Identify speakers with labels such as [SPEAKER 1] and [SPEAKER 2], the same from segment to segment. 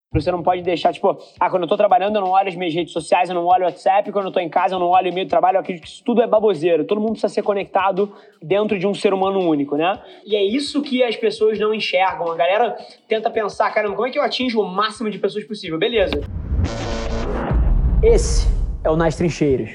[SPEAKER 1] Você não pode deixar, quando eu tô trabalhando eu não olho as minhas redes sociais, eu não olho o WhatsApp, quando eu tô em casa eu não olho o e-mail do trabalho, eu acredito que isso tudo é baboseiro. Todo mundo precisa ser conectado dentro de um ser humano único, né? E é isso que as pessoas não enxergam. A galera tenta pensar, caramba, como é que eu atinjo o máximo de pessoas possível? Beleza. Esse é o Nas Trincheiras.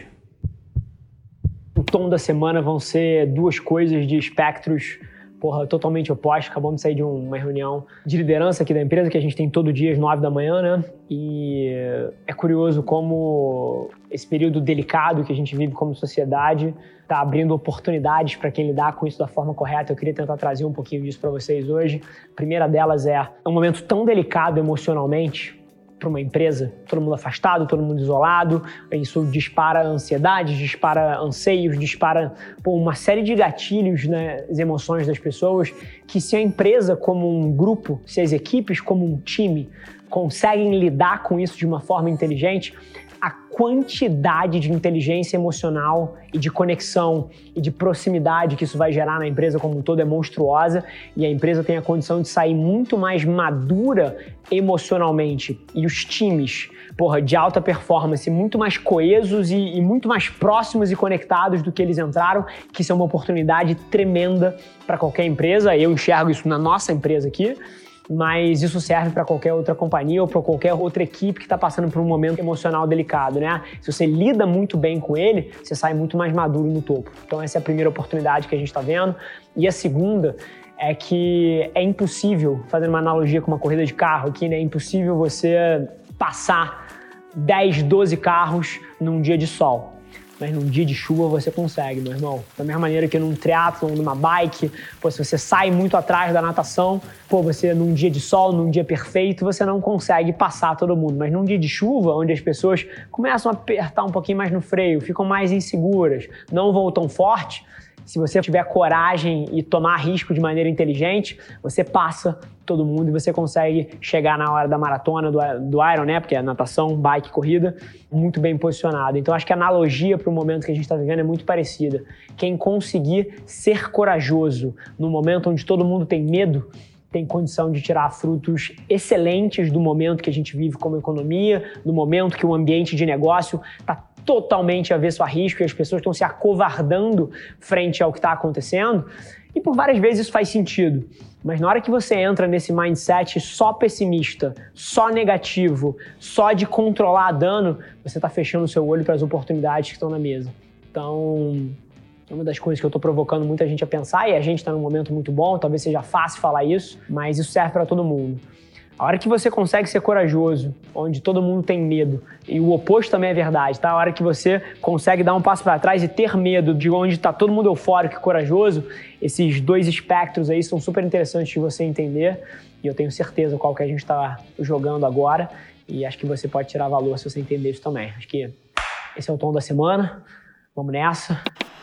[SPEAKER 1] O tom da semana vão ser duas coisas de espectros totalmente opostos. Acabamos de sair de uma reunião de liderança aqui da empresa, que a gente tem todo dia às 9 da manhã, né? E é curioso como esse período delicado que a gente vive como sociedade está abrindo oportunidades para quem lidar com isso da forma correta. Eu queria tentar trazer um pouquinho disso para vocês hoje. A primeira delas é um momento tão delicado emocionalmente para uma empresa, todo mundo afastado, todo mundo isolado, isso dispara ansiedade, dispara anseios, dispara uma série de gatilhos nas emoções das pessoas, que se a empresa como um grupo, se as equipes como um time conseguem lidar com isso de uma forma inteligente, a quantidade de inteligência emocional e de conexão e de proximidade que isso vai gerar na empresa como um todo é monstruosa, e a empresa tem a condição de sair muito mais madura emocionalmente, e os times de alta performance muito mais coesos e muito mais próximos e conectados do que eles entraram, que isso é uma oportunidade tremenda para qualquer empresa. Eu enxergo isso na nossa empresa aqui, mas isso serve para qualquer outra companhia ou para qualquer outra equipe que está passando por um momento emocional delicado, né? Se você lida muito bem com ele, você sai muito mais maduro no topo. Então essa é a primeira oportunidade que a gente está vendo. E a segunda é que é impossível, fazendo uma analogia com uma corrida de carro aqui, né? É impossível você passar 10, 12 carros num dia de sol. Mas num dia de chuva você consegue, meu irmão. Da mesma maneira que num triatlon, numa bike, se você sai muito atrás da natação, você num dia de sol, num dia perfeito, você não consegue passar todo mundo. Mas num dia de chuva, onde as pessoas começam a apertar um pouquinho mais no freio, ficam mais inseguras, não vão tão forte, se você tiver coragem e tomar risco de maneira inteligente, você passa todo mundo e você consegue chegar na hora da maratona, do Iron, né? Porque é natação, bike, corrida, muito bem posicionado. Então acho que a analogia para o momento que a gente está vivendo é muito parecida. Quem conseguir ser corajoso no momento onde todo mundo tem medo, tem condição de tirar frutos excelentes do momento que a gente vive como economia, do momento que o ambiente de negócio está totalmente avesso a risco e as pessoas estão se acovardando frente ao que está acontecendo. E por várias vezes isso faz sentido. Mas na hora que você entra nesse mindset só pessimista, só negativo, só de controlar dano, você está fechando o seu olho para as oportunidades que estão na mesa. Então, é uma das coisas que eu estou provocando muita gente a pensar, e a gente está num momento muito bom, talvez seja fácil falar isso, mas isso serve para todo mundo. A hora que você consegue ser corajoso, onde todo mundo tem medo, e o oposto também é verdade, tá? A hora que você consegue dar um passo para trás e ter medo de onde está todo mundo eufórico e corajoso, esses dois espectros aí são super interessantes de você entender, e eu tenho certeza qual que a gente está jogando agora, e acho que você pode tirar valor se você entender isso também. Acho que esse é o tom da semana, vamos nessa.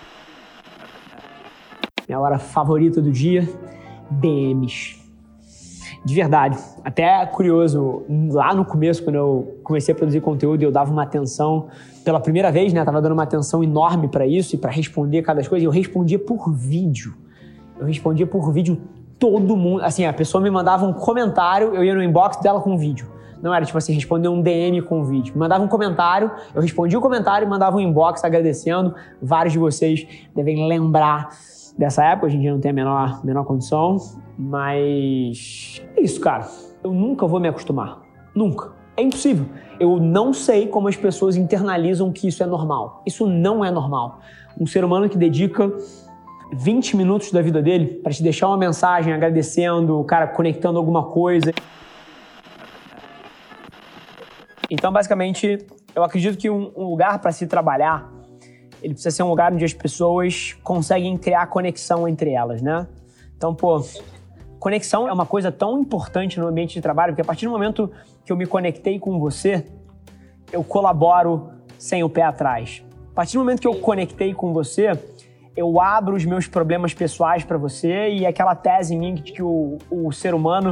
[SPEAKER 1] Minha hora favorita do dia, DMs. De verdade, até curioso, lá no começo, quando eu comecei a produzir conteúdo, eu dava uma atenção, pela primeira vez, né, tava dando uma atenção enorme para isso e para responder cada coisa, e eu respondia por vídeo. Todo mundo, assim, a pessoa me mandava um comentário, eu ia no inbox dela com um vídeo. Não era responder um DM com um vídeo. Me mandava um comentário, eu respondia o comentário e mandava um inbox agradecendo. Vários de vocês devem lembrar dessa época, hoje em dia não tem a menor condição, mas é isso, cara. Eu nunca vou me acostumar. Nunca. É impossível. Eu não sei como as pessoas internalizam que isso é normal. Isso não é normal. Um ser humano que dedica 20 minutos da vida dele para te deixar uma mensagem agradecendo, cara, conectando alguma coisa. Então, basicamente, eu acredito que um lugar para se trabalhar, ele precisa ser um lugar onde as pessoas conseguem criar conexão entre elas, né? Então, conexão é uma coisa tão importante no ambiente de trabalho, porque a partir do momento que eu me conectei com você, eu colaboro sem o pé atrás. A partir do momento que eu conectei com você, eu abro os meus problemas pessoais para você, e aquela tese em mim de que o ser humano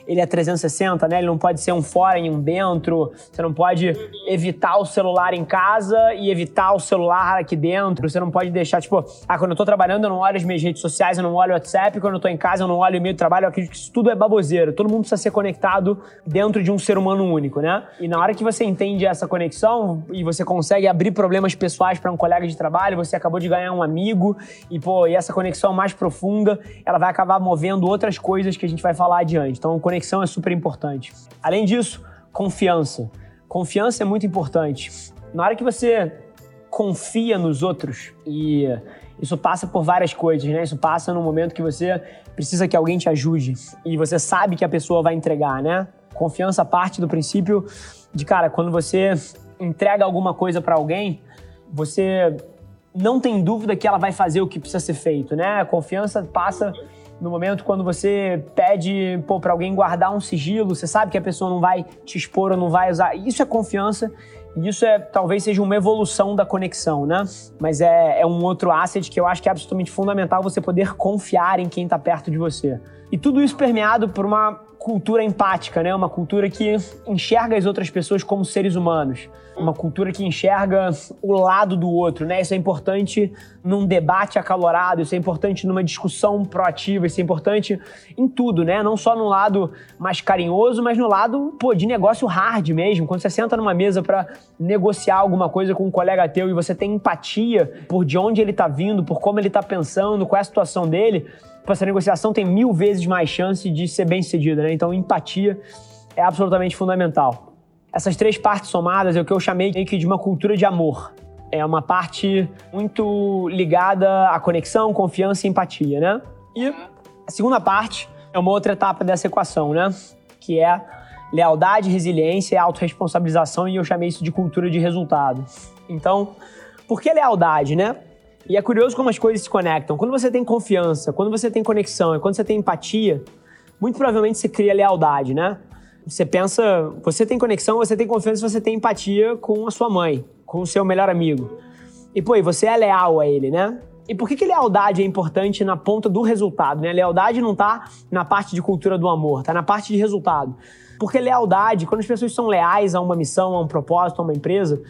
[SPEAKER 1] ele é 360, né? Ele não pode ser um fora e um dentro. Você não pode evitar o celular em casa e evitar o celular aqui dentro. Você não pode deixar, tipo, quando eu tô trabalhando eu não olho as minhas redes sociais, eu não olho o WhatsApp. Quando eu tô em casa eu não olho o e-mail do trabalho. Eu acredito que isso tudo é baboseira. Todo mundo precisa ser conectado dentro de um ser humano único, né? E na hora que você entende essa conexão e você consegue abrir problemas pessoais para um colega de trabalho, você acabou de ganhar um amigo e essa conexão mais profunda, ela vai acabar movendo outras coisas que a gente vai falar adiante. Então, conexão é super importante. Além disso, confiança. Confiança é muito importante. Na hora que você confia nos outros, e isso passa por várias coisas, né? Isso passa no momento que você precisa que alguém te ajude e você sabe que a pessoa vai entregar, né? Confiança parte do princípio de, cara, quando você entrega alguma coisa para alguém, você não tem dúvida que ela vai fazer o que precisa ser feito, né? A confiança passa no momento quando você pede para alguém guardar um sigilo, você sabe que a pessoa não vai te expor ou não vai usar. Isso é confiança e isso talvez seja uma evolução da conexão, né? Mas é um outro asset que eu acho que é absolutamente fundamental você poder confiar em quem está perto de você. E tudo isso permeado por uma cultura empática, né? Uma cultura que enxerga as outras pessoas como seres humanos. Uma cultura que enxerga o lado do outro, né? Isso é importante num debate acalorado, isso é importante numa discussão proativa, isso é importante em tudo, né? Não só no lado mais carinhoso, mas no lado, de negócio hard mesmo. Quando você senta numa mesa para negociar alguma coisa com um colega teu e você tem empatia por de onde ele tá vindo, por como ele tá pensando, qual é a situação dele, essa negociação tem 1000 vezes mais chance de ser bem sucedida, né? Então, empatia é absolutamente fundamental. Essas 3 partes somadas é o que eu chamei meio que de uma cultura de amor. É uma parte muito ligada à conexão, confiança e empatia, né? E a segunda parte é uma outra etapa dessa equação, né? Que é lealdade, resiliência e autorresponsabilização, e eu chamei isso de cultura de resultado. Então, por que lealdade, né? E é curioso como as coisas se conectam. Quando você tem confiança, quando você tem conexão e quando você tem empatia, muito provavelmente você cria lealdade, né? Você pensa, você tem conexão, você tem confiança, você tem empatia com a sua mãe, com o seu melhor amigo. E, você é leal a ele, né? E por que lealdade é importante na ponta do resultado, né? Lealdade não tá na parte de cultura do amor, tá na parte de resultado. Porque lealdade, quando as pessoas são leais a uma missão, a um propósito, a uma empresa,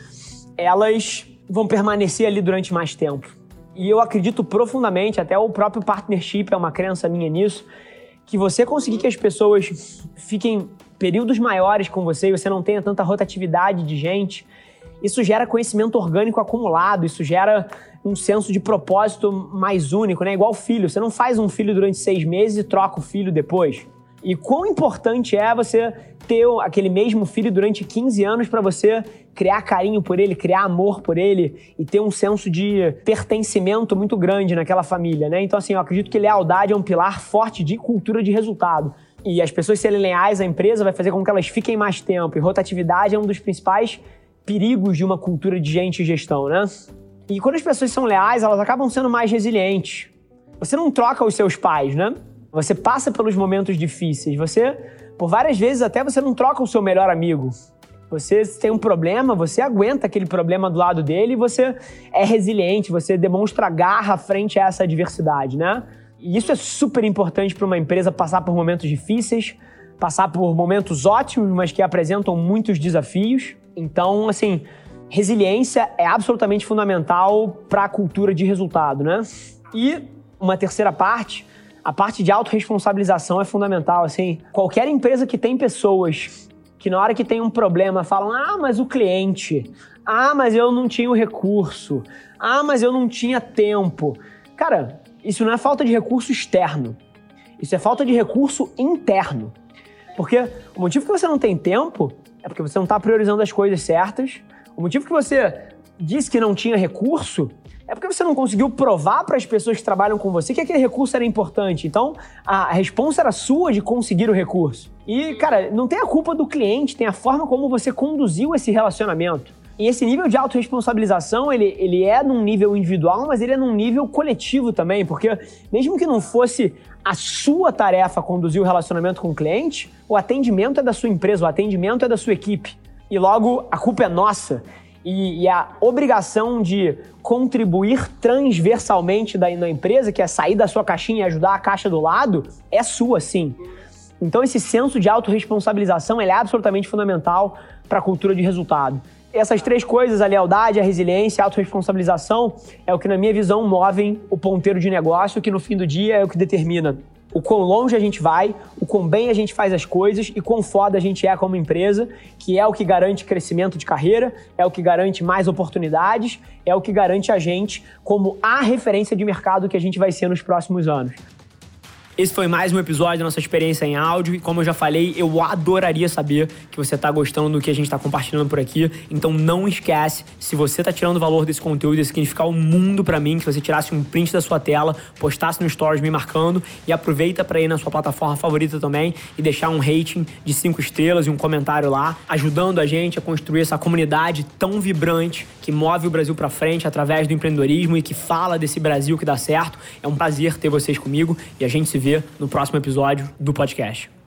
[SPEAKER 1] elas vão permanecer ali durante mais tempo. E eu acredito profundamente, até o próprio partnership é uma crença minha nisso, que você conseguir que as pessoas fiquem períodos maiores com você e você não tenha tanta rotatividade de gente, isso gera conhecimento orgânico acumulado, isso gera um senso de propósito mais único, né? Igual filho, você não faz um filho durante 6 meses e troca o filho depois. E quão importante é você ter aquele mesmo filho durante 15 anos para você criar carinho por ele, criar amor por ele e ter um senso de pertencimento muito grande naquela família, né? Então, assim, eu acredito que lealdade é um pilar forte de cultura de resultado. E as pessoas serem leais à empresa vai fazer com que elas fiquem mais tempo. E rotatividade é um dos principais perigos de uma cultura de gente e gestão, né? E quando as pessoas são leais, elas acabam sendo mais resilientes. Você não troca os seus pais, né? Você passa pelos momentos difíceis. Você, por várias vezes, até você não troca o seu melhor amigo. Você tem um problema, você aguenta aquele problema do lado dele e você é resiliente, você demonstra garra frente a essa adversidade, né? E isso é super importante para uma empresa passar por momentos difíceis, passar por momentos ótimos, mas que apresentam muitos desafios. Então, assim, resiliência é absolutamente fundamental para a cultura de resultado, né? E uma terceira parte, a parte de autorresponsabilização é fundamental, assim. Qualquer empresa que tem pessoas que na hora que tem um problema falam: mas o cliente, mas eu não tinha o recurso, mas eu não tinha tempo. Cara, isso não é falta de recurso externo, isso é falta de recurso interno. Porque o motivo que você não tem tempo é porque você não está priorizando as coisas certas. O motivo que você disse que não tinha recurso é porque você não conseguiu provar para as pessoas que trabalham com você que aquele recurso era importante. Então, a responsa era sua de conseguir o recurso. E, cara, não tem a culpa do cliente, tem a forma como você conduziu esse relacionamento. E esse nível de autorresponsabilização, ele é num nível individual, mas ele é num nível coletivo também, porque mesmo que não fosse a sua tarefa conduzir o relacionamento com o cliente, o atendimento é da sua empresa, o atendimento é da sua equipe. E logo, a culpa é nossa. E a obrigação de contribuir transversalmente na empresa, que é sair da sua caixinha e ajudar a caixa do lado, é sua, sim. Então esse senso de autorresponsabilização ele é absolutamente fundamental para a cultura de resultado. Essas 3 coisas, a lealdade, a resiliência e a autorresponsabilização, é o que, na minha visão, movem o ponteiro de negócio, que no fim do dia é o que determina o quão longe a gente vai, o quão bem a gente faz as coisas e quão foda a gente é como empresa, que é o que garante crescimento de carreira, é o que garante mais oportunidades, é o que garante a gente como a referência de mercado que a gente vai ser nos próximos anos. Esse foi mais um episódio da nossa experiência em áudio e, como eu já falei, eu adoraria saber que você está gostando do que a gente está compartilhando por aqui. Então não esquece, se você está tirando valor desse conteúdo, ia significar o mundo para mim, que você tirasse um print da sua tela, postasse no Stories me marcando e aproveita para ir na sua plataforma favorita também e deixar um rating de 5 estrelas e um comentário lá, ajudando a gente a construir essa comunidade tão vibrante que move o Brasil para frente através do empreendedorismo e que fala desse Brasil que dá certo. É um prazer ter vocês comigo e a gente se vê no próximo episódio do podcast.